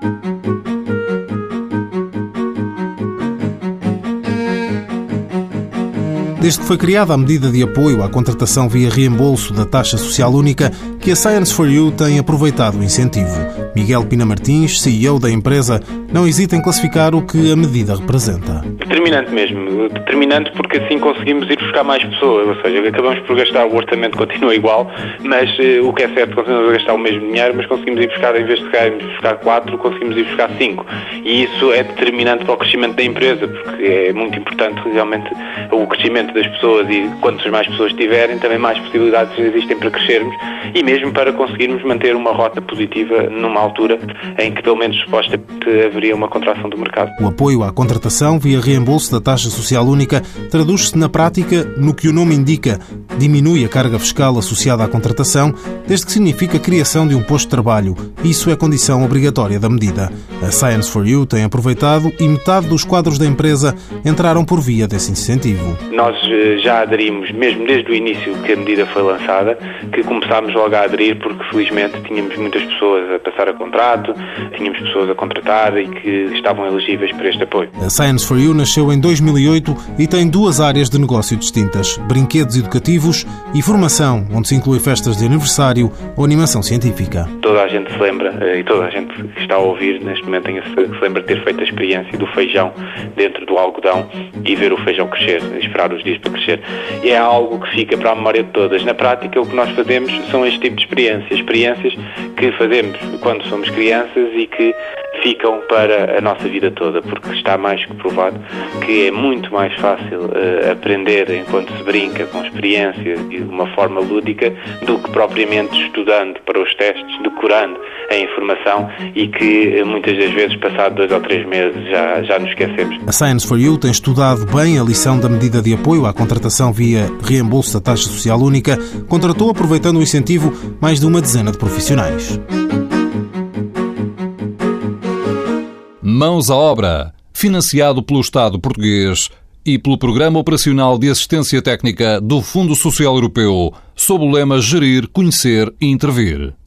Desde que foi criada a medida de apoio à contratação via reembolso da taxa social única, que a Science for You tem aproveitado o incentivo. Miguel Pina Martins, CEO da empresa, não hesita em classificar o que a medida representa. Determinante mesmo. Determinante porque assim conseguimos ir buscar mais pessoas. Ou seja, acabamos por gastar, o orçamento continua igual, mas o que é certo, conseguimos gastar o mesmo dinheiro, mas conseguimos ir buscar, em vez de buscar 4, conseguimos ir buscar 5. E isso é determinante para o crescimento da empresa, porque é muito importante realmente o crescimento das pessoas, e quantas mais pessoas tiverem, também mais possibilidades existem para crescermos e mesmo para conseguirmos manter uma rota positiva numa altura em que, pelo menos supostamente, haveria uma contração do mercado. O apoio à contratação via reembolso da taxa social única traduz-se na prática no que o nome indica: diminui a carga fiscal associada à contratação, desde que significa a criação de um posto de trabalho. Isso é condição obrigatória da medida. A Science for You tem aproveitado e metade dos quadros da empresa entraram por via desse incentivo. Nós já aderimos, mesmo desde o início que a medida foi lançada, que começámos logo a aderir porque felizmente tínhamos muitas pessoas a passar a contrato, tínhamos pessoas a contratar e que estavam elegíveis para este apoio. A Science for You nasceu em 2008 e tem 2 áreas de negócio distintas: brinquedos educativos e formação, onde se inclui festas de aniversário ou animação científica. Toda a gente se lembra, e toda a gente que está a ouvir neste momento se lembra de ter feito a experiência do feijão dentro do algodão e ver o feijão crescer, esperar os dias para crescer. E é algo que fica para a memória de todas. Na prática, o que nós fazemos são este tipo de experiências que fazemos quando somos crianças e que ficam para a nossa vida toda, porque está mais que provado que é muito mais fácil aprender enquanto se brinca com experiências e de uma forma lúdica do que propriamente estudando para os testes, decorando a informação e que muitas das vezes, passado 2 ou 3 meses, já nos esquecemos. A Science for You tem estudado bem a lição da medida de apoio à contratação via reembolso da taxa social única, contratou, aproveitando o incentivo, mais de uma dezena de profissionais. Mãos à obra, financiado pelo Estado português e pelo Programa Operacional de Assistência Técnica do Fundo Social Europeu, sob o lema Gerir, Conhecer e Intervir.